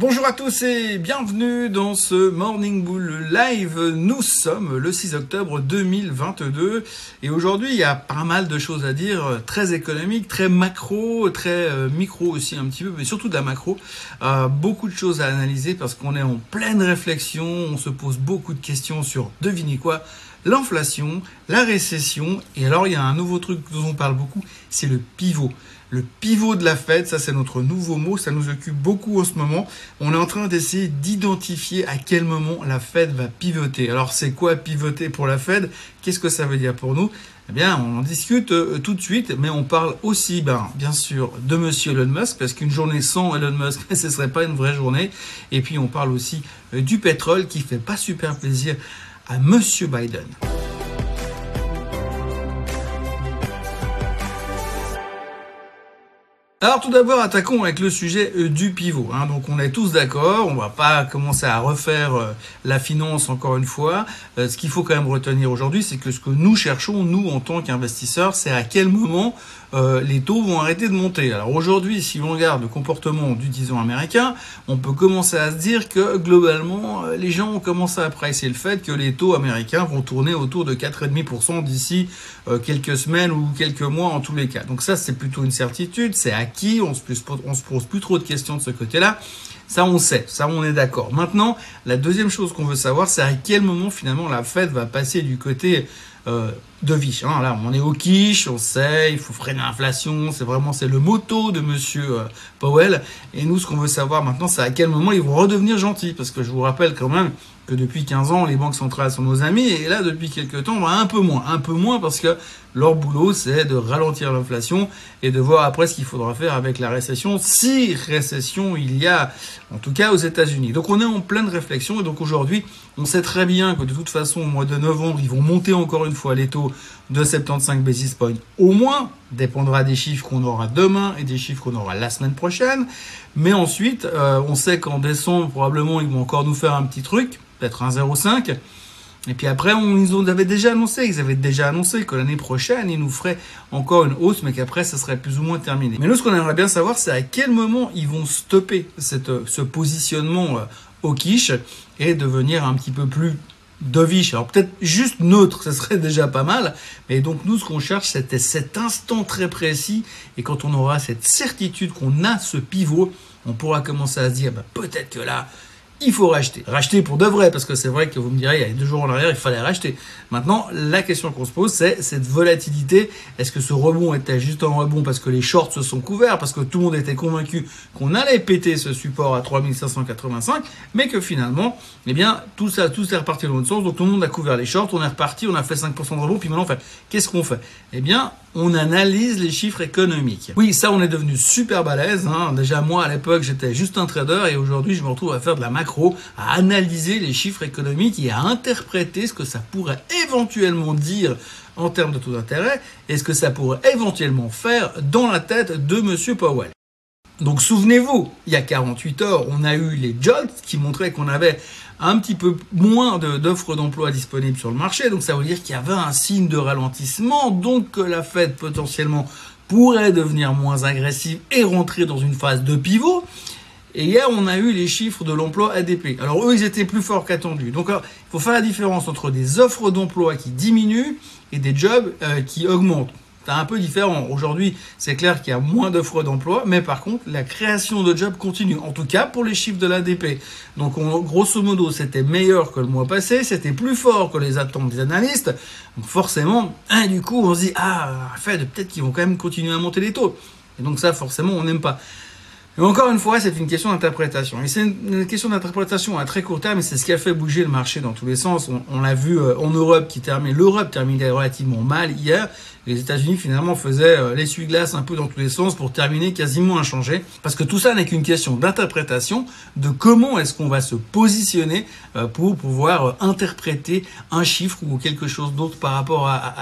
Bonjour à tous et bienvenue dans ce Morning Bull Live. Nous sommes le 6 octobre 2022 et aujourd'hui il y a pas mal de choses à dire, très économiques, très macro, très micro aussi un petit peu, mais surtout de la macro. Beaucoup de choses à analyser parce qu'on est en pleine réflexion, on se pose beaucoup de questions sur, devinez quoi, l'inflation, la récession, et alors il y a un nouveau truc dont on parle beaucoup, c'est le pivot. Le pivot de la Fed, ça c'est notre nouveau mot, ça nous occupe beaucoup en ce moment. On est en train d'essayer d'identifier à quel moment la Fed va pivoter. Alors c'est quoi pivoter pour la Fed? Qu'est-ce que ça veut dire pour nous? Eh bien, on en discute tout de suite, mais on parle aussi, bien sûr, de Monsieur Elon Musk, parce qu'une journée sans Elon Musk, ce serait pas une vraie journée. Et puis on parle aussi du pétrole qui fait pas super plaisir à Monsieur Biden. Alors tout d'abord, attaquons avec le sujet du pivot. Donc on est tous d'accord, on va pas commencer à refaire la finance encore une fois. Ce qu'il faut quand même retenir aujourd'hui, c'est que ce que nous cherchons, nous en tant qu'investisseurs, c'est à quel moment les taux vont arrêter de monter. Alors aujourd'hui, si on regarde le comportement du 10 ans américain, on peut commencer à se dire que globalement, les gens ont commencé à pricer le fait que les taux américains vont tourner autour de 4,5% d'ici quelques semaines ou quelques mois en tous les cas. Donc ça, c'est plutôt une certitude, c'est acquis, on se pose plus trop de questions de ce côté-là. Ça, on sait, ça, on est d'accord. Maintenant, la deuxième chose qu'on veut savoir, c'est à quel moment finalement la Fed va passer du côté dovish. Là, on est au quiche, on sait, il faut freiner l'inflation, c'est le motto de Monsieur Powell. Et nous, ce qu'on veut savoir maintenant, c'est à quel moment ils vont redevenir gentils. Parce que je vous rappelle quand même que depuis 15 ans, les banques centrales sont nos amis. Et là, depuis quelques temps, un peu moins parce que leur boulot, c'est de ralentir l'inflation et de voir après ce qu'il faudra faire avec la récession, si récession il y a, en tout cas aux États-Unis. Donc on est en pleine réflexion et donc aujourd'hui, on sait très bien que de toute façon, au mois de novembre, ils vont monter encore une fois les taux de 75 basis points au moins, dépendra des chiffres qu'on aura demain et des chiffres qu'on aura la semaine prochaine. Mais ensuite, on sait qu'en décembre, probablement, ils vont encore nous faire un petit truc, peut-être un 0,5. Et puis après, ils avaient déjà annoncé que l'année prochaine, ils nous feraient encore une hausse, mais qu'après, ça serait plus ou moins terminé. Mais nous, ce qu'on aimerait bien savoir, c'est à quel moment ils vont stopper ce positionnement au quiche et devenir un petit peu plus dovish. Alors peut-être juste neutre, ça serait déjà pas mal. Mais donc nous, ce qu'on cherche, c'était cet instant très précis. Et quand on aura cette certitude qu'on a ce pivot, on pourra commencer à se dire, peut-être que là, il faut racheter. Racheter pour de vrai, parce que c'est vrai que vous me direz, il y a 2 jours en arrière, il fallait racheter. Maintenant, la question qu'on se pose, c'est cette volatilité. Est-ce que ce rebond était juste un rebond parce que les shorts se sont couverts, parce que tout le monde était convaincu qu'on allait péter ce support à 3585, mais que finalement, tout ça est reparti dans l'autre sens. Donc tout le monde a couvert les shorts, on est reparti, on a fait 5% de rebond, puis maintenant, qu'est-ce qu'on fait? On analyse les chiffres économiques. Oui, ça, on est devenu super balèze. Déjà, moi, à l'époque, j'étais juste un trader et aujourd'hui, je me retrouve à faire de la macro, à analyser les chiffres économiques et à interpréter ce que ça pourrait éventuellement dire en termes de taux d'intérêt et ce que ça pourrait éventuellement faire dans la tête de Monsieur Powell. Donc, souvenez-vous, il y a 48 heures, on a eu les JOLTS qui montraient qu'on avait un petit peu moins d'offres d'emploi disponibles sur le marché. Donc, ça veut dire qu'il y avait un signe de ralentissement. Donc, que la Fed, potentiellement, pourrait devenir moins agressive et rentrer dans une phase de pivot. Et hier, on a eu les chiffres de l'emploi ADP. Alors, eux, ils étaient plus forts qu'attendus. Donc, il faut faire la différence entre des offres d'emploi qui diminuent et des jobs qui augmentent. C'est un peu différent. Aujourd'hui, c'est clair qu'il y a moins d'offres d'emploi, mais par contre, la création de jobs continue. En tout cas, pour les chiffres de l'ADP. Donc, grosso modo, c'était meilleur que le mois passé, c'était plus fort que les attentes des analystes. Donc, forcément, du coup, on se dit, peut-être qu'ils vont quand même continuer à monter les taux. Et donc ça, forcément, on n'aime pas. Mais encore une fois, c'est une question d'interprétation. Et c'est une question d'interprétation à très court terme, et c'est ce qui a fait bouger le marché dans tous les sens. On l'a vu en Europe, l'Europe terminait relativement mal hier. Les États-Unis, finalement, faisaient l'essuie-glace un peu dans tous les sens pour terminer quasiment inchangé. Parce que tout ça n'est qu'une question d'interprétation, de comment est-ce qu'on va se positionner pour pouvoir interpréter un chiffre ou quelque chose d'autre par rapport à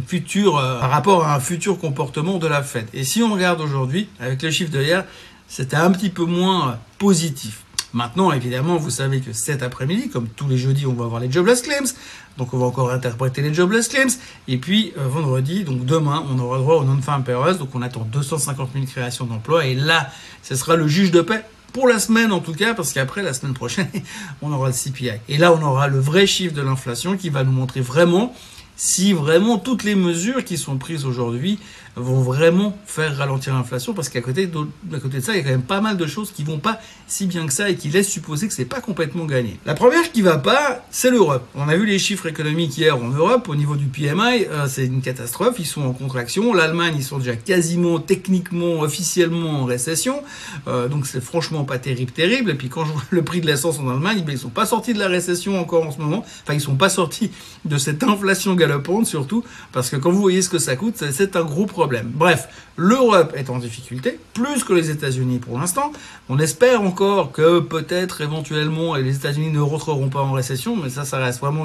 un futur comportement de la Fed. Et si on regarde aujourd'hui, avec le chiffre de hier, c'était un petit peu moins positif. Maintenant, évidemment, vous savez que cet après-midi, comme tous les jeudis, on va avoir les jobless claims. Donc, on va encore interpréter les jobless claims. Et puis, vendredi, donc demain, on aura droit aux non-farm payrolls. Donc, on attend 250 000 créations d'emplois. Et là, ce sera le juge de paix pour la semaine en tout cas, parce qu'après la semaine prochaine, on aura le CPI. Et là, on aura le vrai chiffre de l'inflation qui va nous montrer vraiment si vraiment toutes les mesures qui sont prises aujourd'hui vont vraiment faire ralentir l'inflation, parce qu'à côté de ça, il y a quand même pas mal de choses qui vont pas si bien que ça et qui laissent supposer que c'est pas complètement gagné. La première qui va pas, c'est l'Europe. On a vu les chiffres économiques hier en Europe, au niveau du PMI, c'est une catastrophe, ils sont en contraction. L'Allemagne, ils sont déjà quasiment, techniquement, officiellement en récession, donc c'est franchement pas terrible. Et puis quand je vois le prix de l'essence en Allemagne, ils sont pas sortis de la récession encore en ce moment, enfin ils sont pas sortis de cette inflation galopante surtout, parce que quand vous voyez ce que ça coûte, c'est un gros problème. Bref, l'Europe est en difficulté, plus que les États-Unis pour l'instant. On espère encore que peut-être éventuellement les États-Unis ne rentreront pas en récession, mais ça reste vraiment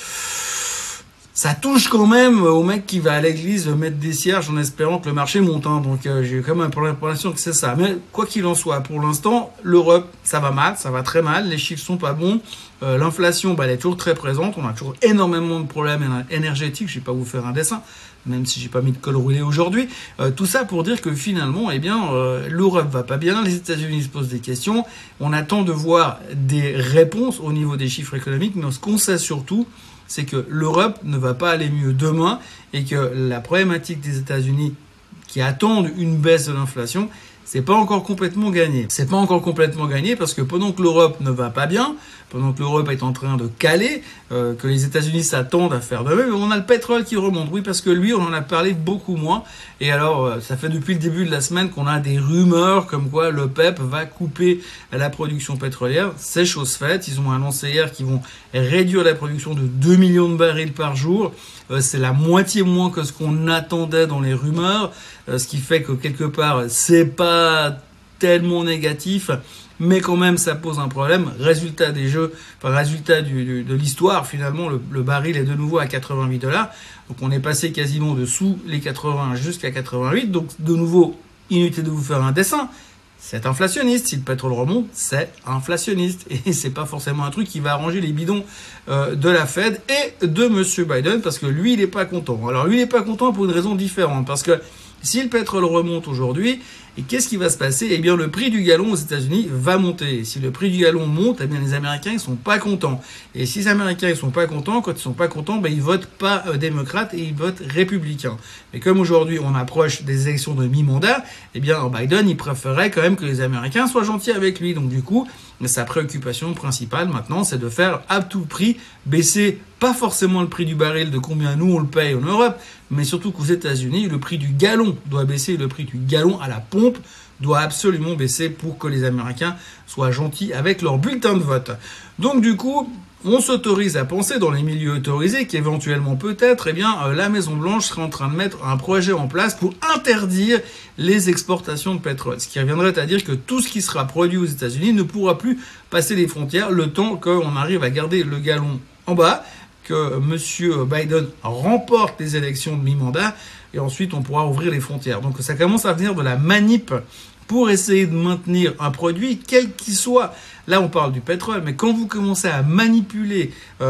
ça touche quand même au mec qui va à l'église mettre des cierges en espérant que le marché monte. Donc j'ai quand même l'impression que c'est ça. Mais quoi qu'il en soit, pour l'instant, l'Europe, ça va mal, ça va très mal. Les chiffres sont pas bons. L'inflation, elle est toujours très présente. On a toujours énormément de problèmes énergétiques. Je vais pas vous faire un dessin, même si j'ai pas mis de col roulé aujourd'hui. Tout ça pour dire que finalement, l'Europe va pas bien. Les États-Unis se posent des questions. On attend de voir des réponses au niveau des chiffres économiques. Mais ce qu'on sait surtout, c'est que l'Europe ne va pas aller mieux demain et que la problématique des États-Unis qui attendent une baisse de l'inflation, c'est pas encore complètement gagné. C'est pas encore complètement gagné parce que pendant que l'Europe ne va pas bien, pendant que l'Europe est en train de caler, que les États-Unis s'attendent à faire de même, on a le pétrole qui remonte. Oui, parce que lui, on en a parlé beaucoup moins. Et alors, ça fait depuis le début de la semaine qu'on a des rumeurs comme quoi l'OPEP va couper la production pétrolière. C'est chose faite. Ils ont annoncé hier qu'ils vont réduire la production de 2 millions de barils par jour. C'est la moitié moins que ce qu'on attendait dans les rumeurs. Ce qui fait que quelque part, c'est pas tellement négatif. Mais quand même, ça pose un problème. Résultat des jeux, résultat de l'histoire, finalement, le baril est de nouveau à $88. Donc on est passé quasiment de sous les 80 jusqu'à 88. Donc de nouveau, inutile de vous faire un dessin. C'est inflationniste. Si le pétrole remonte, c'est inflationniste. Et c'est pas forcément un truc qui va arranger les bidons de la Fed et de Monsieur Biden, parce que lui, il est pas content. Alors lui, il est pas content pour une raison différente, parce que si le pétrole remonte aujourd'hui, et qu'est-ce qui va se passer? Eh bien, le prix du gallon aux États-Unis va monter. Et si le prix du gallon monte, eh bien, les Américains, ils sont pas contents. Et si les Américains, ils sont pas contents, quand ils sont pas contents, ils votent pas démocrates et ils votent républicains. Mais comme aujourd'hui, on approche des élections de mi-mandat, eh bien, Biden, il préférait quand même que les Américains soient gentils avec lui. Donc, du coup, sa préoccupation principale maintenant, c'est de faire à tout prix baisser pas forcément le prix du baril de combien nous on le paye en Europe, mais surtout qu'aux États-Unis, le prix du gallon doit baisser, le prix du gallon à la pompe doit absolument baisser pour que les Américains soient gentils avec leur bulletin de vote. Donc du coup, on s'autorise à penser dans les milieux autorisés qu'éventuellement peut-être, la Maison-Blanche serait en train de mettre un projet en place pour interdire les exportations de pétrole. Ce qui reviendrait à dire que tout ce qui sera produit aux États-Unis ne pourra plus passer les frontières le temps qu'on arrive à garder le gallon en bas, que M. Biden remporte les élections de mi-mandat, et ensuite on pourra ouvrir les frontières. Donc ça commence à venir de la manip pour essayer de maintenir un produit, quel qu'il soit. Là, on parle du pétrole, mais quand vous commencez à manipuler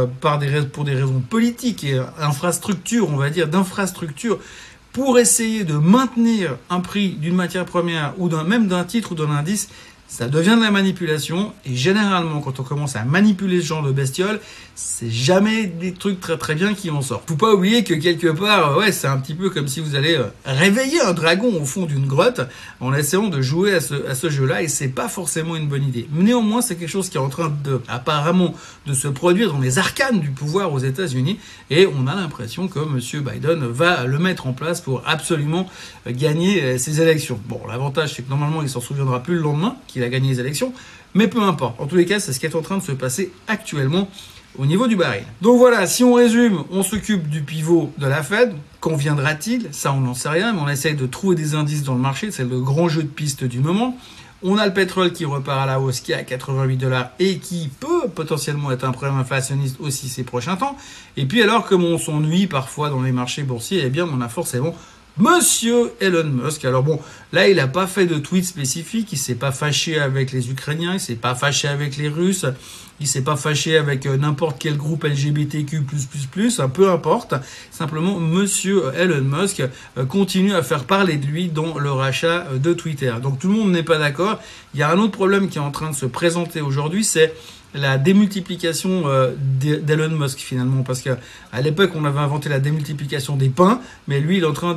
pour des raisons politiques et infrastructures, on va dire, d'infrastructures, pour essayer de maintenir un prix d'une matière première ou même d'un titre ou d'un indice, ça devient de la manipulation. Et généralement, quand on commence à manipuler ce genre de bestioles, c'est jamais des trucs très très bien qui en sortent. Faut pas oublier que quelque part, c'est un petit peu comme si vous allez réveiller un dragon au fond d'une grotte en essayant de jouer à ce jeu-là, et c'est pas forcément une bonne idée. Néanmoins, c'est quelque chose qui est en train apparemment de se produire dans les arcanes du pouvoir aux États-Unis, et on a l'impression que M. Biden va le mettre en place pour absolument gagner ces élections. Bon, l'avantage, c'est que normalement, il s'en souviendra plus le lendemain qu'il a gagné les élections, mais peu importe. En tous les cas, c'est ce qui est en train de se passer actuellement au niveau du baril. Donc voilà, si on résume, on s'occupe du pivot de la Fed. Qu'en viendra-t-il? Ça, on n'en sait rien, mais on essaye de trouver des indices dans le marché. C'est le grand jeu de piste du moment. On a le pétrole qui repart à la hausse, qui est à $88 et qui peut potentiellement être un problème inflationniste aussi ces prochains temps. Et puis alors, comme on s'ennuie parfois dans les marchés boursiers, on a forcément Monsieur Elon Musk. Alors bon, là, il n'a pas fait de tweet spécifique, il s'est pas fâché avec les Ukrainiens, il s'est pas fâché avec les Russes, il s'est pas fâché avec n'importe quel groupe LGBTQ++, peu importe. Simplement, Monsieur Elon Musk continue à faire parler de lui dans le rachat de Twitter. Donc tout le monde n'est pas d'accord. Il y a un autre problème qui est en train de se présenter aujourd'hui, c'est la démultiplication d'Elon Musk finalement, parce qu'à l'époque on avait inventé la démultiplication des pains, mais lui il est en train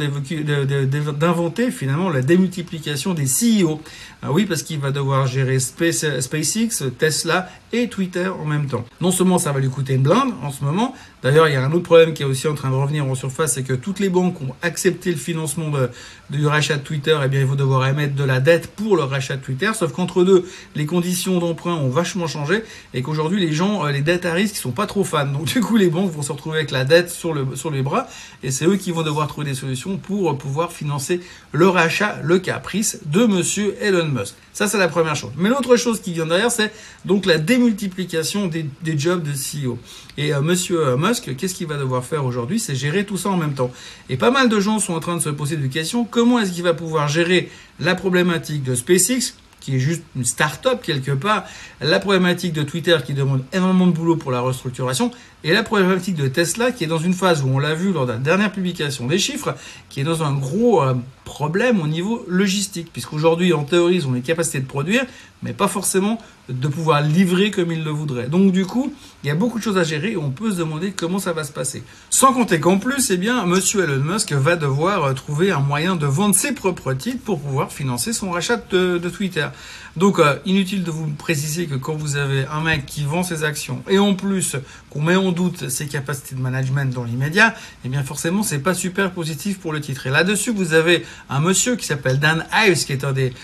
d'inventer finalement la démultiplication des CEO. Oui, parce qu'il va devoir gérer SpaceX, Tesla et Twitter en même temps. Non seulement ça va lui coûter une blinde en ce moment, d'ailleurs il y a un autre problème qui est aussi en train de revenir en surface, c'est que toutes les banques ont accepté le financement du rachat de Twitter, et bien ils vont devoir émettre de la dette pour le rachat de Twitter, sauf qu'entre deux, les conditions d'emprunt ont vachement changé, et qu'aujourd'hui les gens, les dettes à risque, ils sont pas trop fans. Donc du coup les banques vont se retrouver avec la dette sur les bras, et c'est eux qui vont devoir trouver des solutions pour pouvoir financer le rachat, le caprice de Monsieur Elon Musk. Ça c'est la première chose. Mais l'autre chose qui vient derrière, c'est donc la démultiplication des jobs de CEO. Et Monsieur Musk, qu'est-ce qu'il va devoir faire aujourd'hui? C'est gérer tout ça en même temps. Et pas mal de gens sont en train de se poser des questions. Comment est-ce qu'il va pouvoir gérer la problématique de SpaceX, qui est juste une start-up quelque part, la problématique de Twitter qui demande énormément de boulot pour la restructuration, et la problématique de Tesla qui est dans une phase où on l'a vu lors de la dernière publication des chiffres, qui est dans un gros problème au niveau logistique, puisqu'aujourd'hui en théorie ils ont les capacités de produire, mais pas forcément de pouvoir livrer comme ils le voudraient. Donc du coup, il y a beaucoup de choses à gérer et on peut se demander comment ça va se passer. Sans compter qu'en plus, eh bien, Monsieur Elon Musk va devoir trouver un moyen de vendre ses propres titres pour pouvoir financer son rachat de Twitter. Donc inutile de vous préciser que quand vous avez un mec qui vend ses actions et en plus qu'on met en doute ses capacités de management dans l'immédiat, eh bien forcément c'est pas super positif pour le titre. Et là-dessus vous avez un monsieur qui s'appelle Dan Ives, qui est un des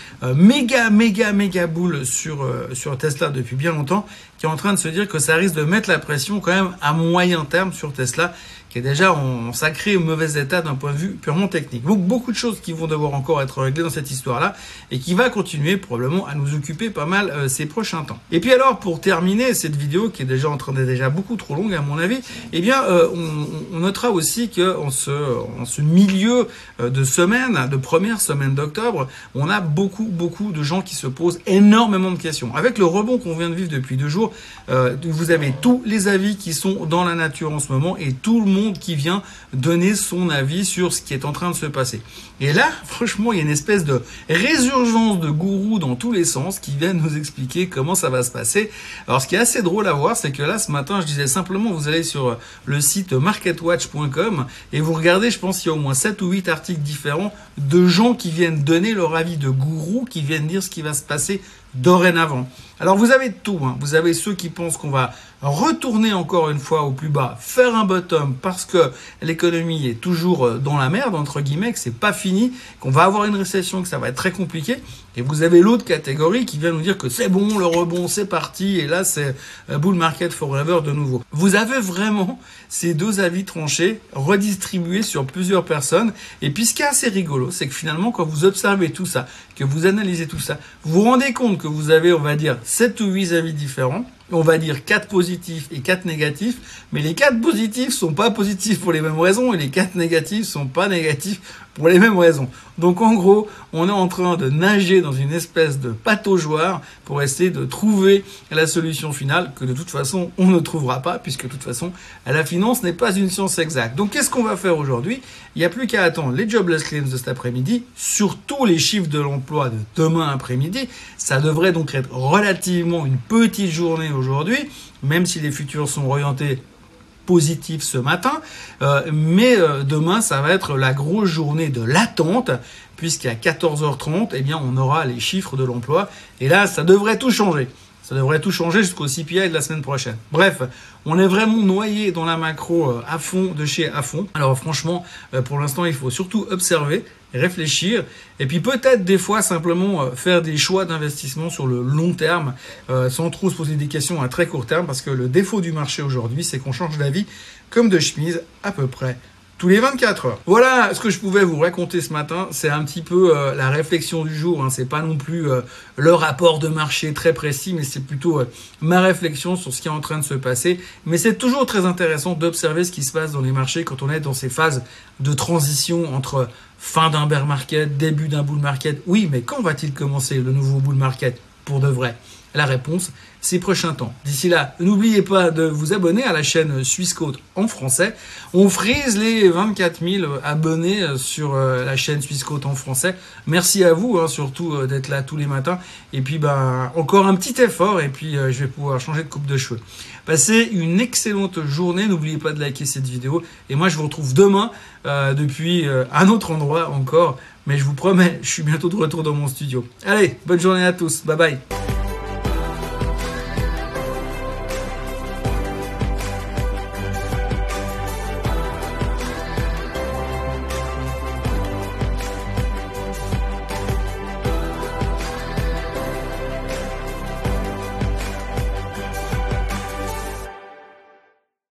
méga bulls sur Tesla depuis bien longtemps, qui est en train de se dire que ça risque de mettre la pression quand même à moyen terme sur Tesla, qui est déjà en sacré mauvais état d'un point de vue purement technique. Donc beaucoup de choses qui vont devoir encore être réglées dans cette histoire-là et qui va continuer probablement à nous occuper pas mal ces prochains temps. Et puis alors, pour terminer cette vidéo qui est déjà en train d'être déjà beaucoup trop longue à mon avis, eh bien on notera aussi que en ce milieu de semaine, de première semaine d'octobre, on a beaucoup de gens qui se posent énormément de questions. Avec le rebond qu'on vient de vivre depuis 2 jours, vous avez tous les avis qui sont dans la nature en ce moment et tout le monde qui vient donner son avis sur ce qui est en train de se passer. Et là, franchement, il y a une espèce de résurgence de gourous dans tous les sens qui viennent nous expliquer comment ça va se passer. Alors, ce qui est assez drôle à voir, c'est que là, ce matin, je disais simplement, vous allez sur le site marketwatch.com et vous regardez, je pense qu'il y a au moins 7 ou 8 articles différents de gens qui viennent donner leur avis, de gourous qui viennent dire ce qui va se passer dorénavant. Alors vous avez tout, hein. Vous avez ceux qui pensent qu'on va retourner encore une fois au plus bas, faire un bottom parce que l'économie est toujours dans la merde, entre guillemets, que c'est pas fini, qu'on va avoir une récession, que ça va être très compliqué. Et vous avez l'autre catégorie qui vient nous dire que c'est bon, le rebond, c'est parti, et là c'est bull market forever de nouveau. Vous avez vraiment ces deux avis tranchés, redistribués sur plusieurs personnes. Et puis ce qui est assez rigolo, c'est que finalement, quand vous observez tout ça, que vous analysez tout ça, vous vous rendez compte que vous avez, on va dire, 7 ou 8 avis différents. On va dire 4 positifs et 4 négatifs, mais les 4 positifs sont pas positifs pour les mêmes raisons et les 4 négatifs sont pas négatifs pour les mêmes raisons. Donc en gros, on est en train de nager dans une espèce de pataugeoire pour essayer de trouver la solution finale que de toute façon on ne trouvera pas, puisque de toute façon la finance n'est pas une science exacte. Donc qu'est-ce qu'on va faire aujourd'hui? Il n'y a plus qu'à attendre les jobless claims de cet après-midi, surtout les chiffres de l'emploi de demain après-midi. Ça devrait donc être relativement une petite journée aujourd'hui, même si les futurs sont orientés positif ce matin, mais demain ça va être la grosse journée de l'attente, puisqu'à 14h30 eh bien on aura les chiffres de l'emploi et là ça devrait tout changer. Ça devrait tout changer jusqu'au CPI de la semaine prochaine. Bref, on est vraiment noyé dans la macro à fond de chez à fond. Alors franchement, pour l'instant, il faut surtout observer, réfléchir, et puis peut-être des fois simplement faire des choix d'investissement sur le long terme, sans trop se poser des questions à très court terme, parce que le défaut du marché aujourd'hui, c'est qu'on change d'avis comme de chemise à peu près tous les 24 heures. Voilà ce que je pouvais vous raconter ce matin. C'est un petit peu la réflexion du jour. Hein. C'est pas non plus le rapport de marché très précis, mais c'est plutôt ma réflexion sur ce qui est en train de se passer. Mais c'est toujours très intéressant d'observer ce qui se passe dans les marchés quand on est dans ces phases de transition entre fin d'un bear market, début d'un bull market. Oui, mais quand va-t-il commencer le nouveau bull market pour de vrai? La réponse, ces prochains temps. D'ici là, n'oubliez pas de vous abonner à la chaîne Swissquote en français. On frise les 24 000 abonnés sur la chaîne Swissquote en français. Merci à vous, surtout d'être là tous les matins. Et puis, encore un petit effort et puis je vais pouvoir changer de coupe de cheveux. Passez une excellente journée. N'oubliez pas de liker cette vidéo. Et moi, je vous retrouve demain depuis un autre endroit encore. Mais je vous promets, je suis bientôt de retour dans mon studio. Allez, bonne journée à tous. Bye bye.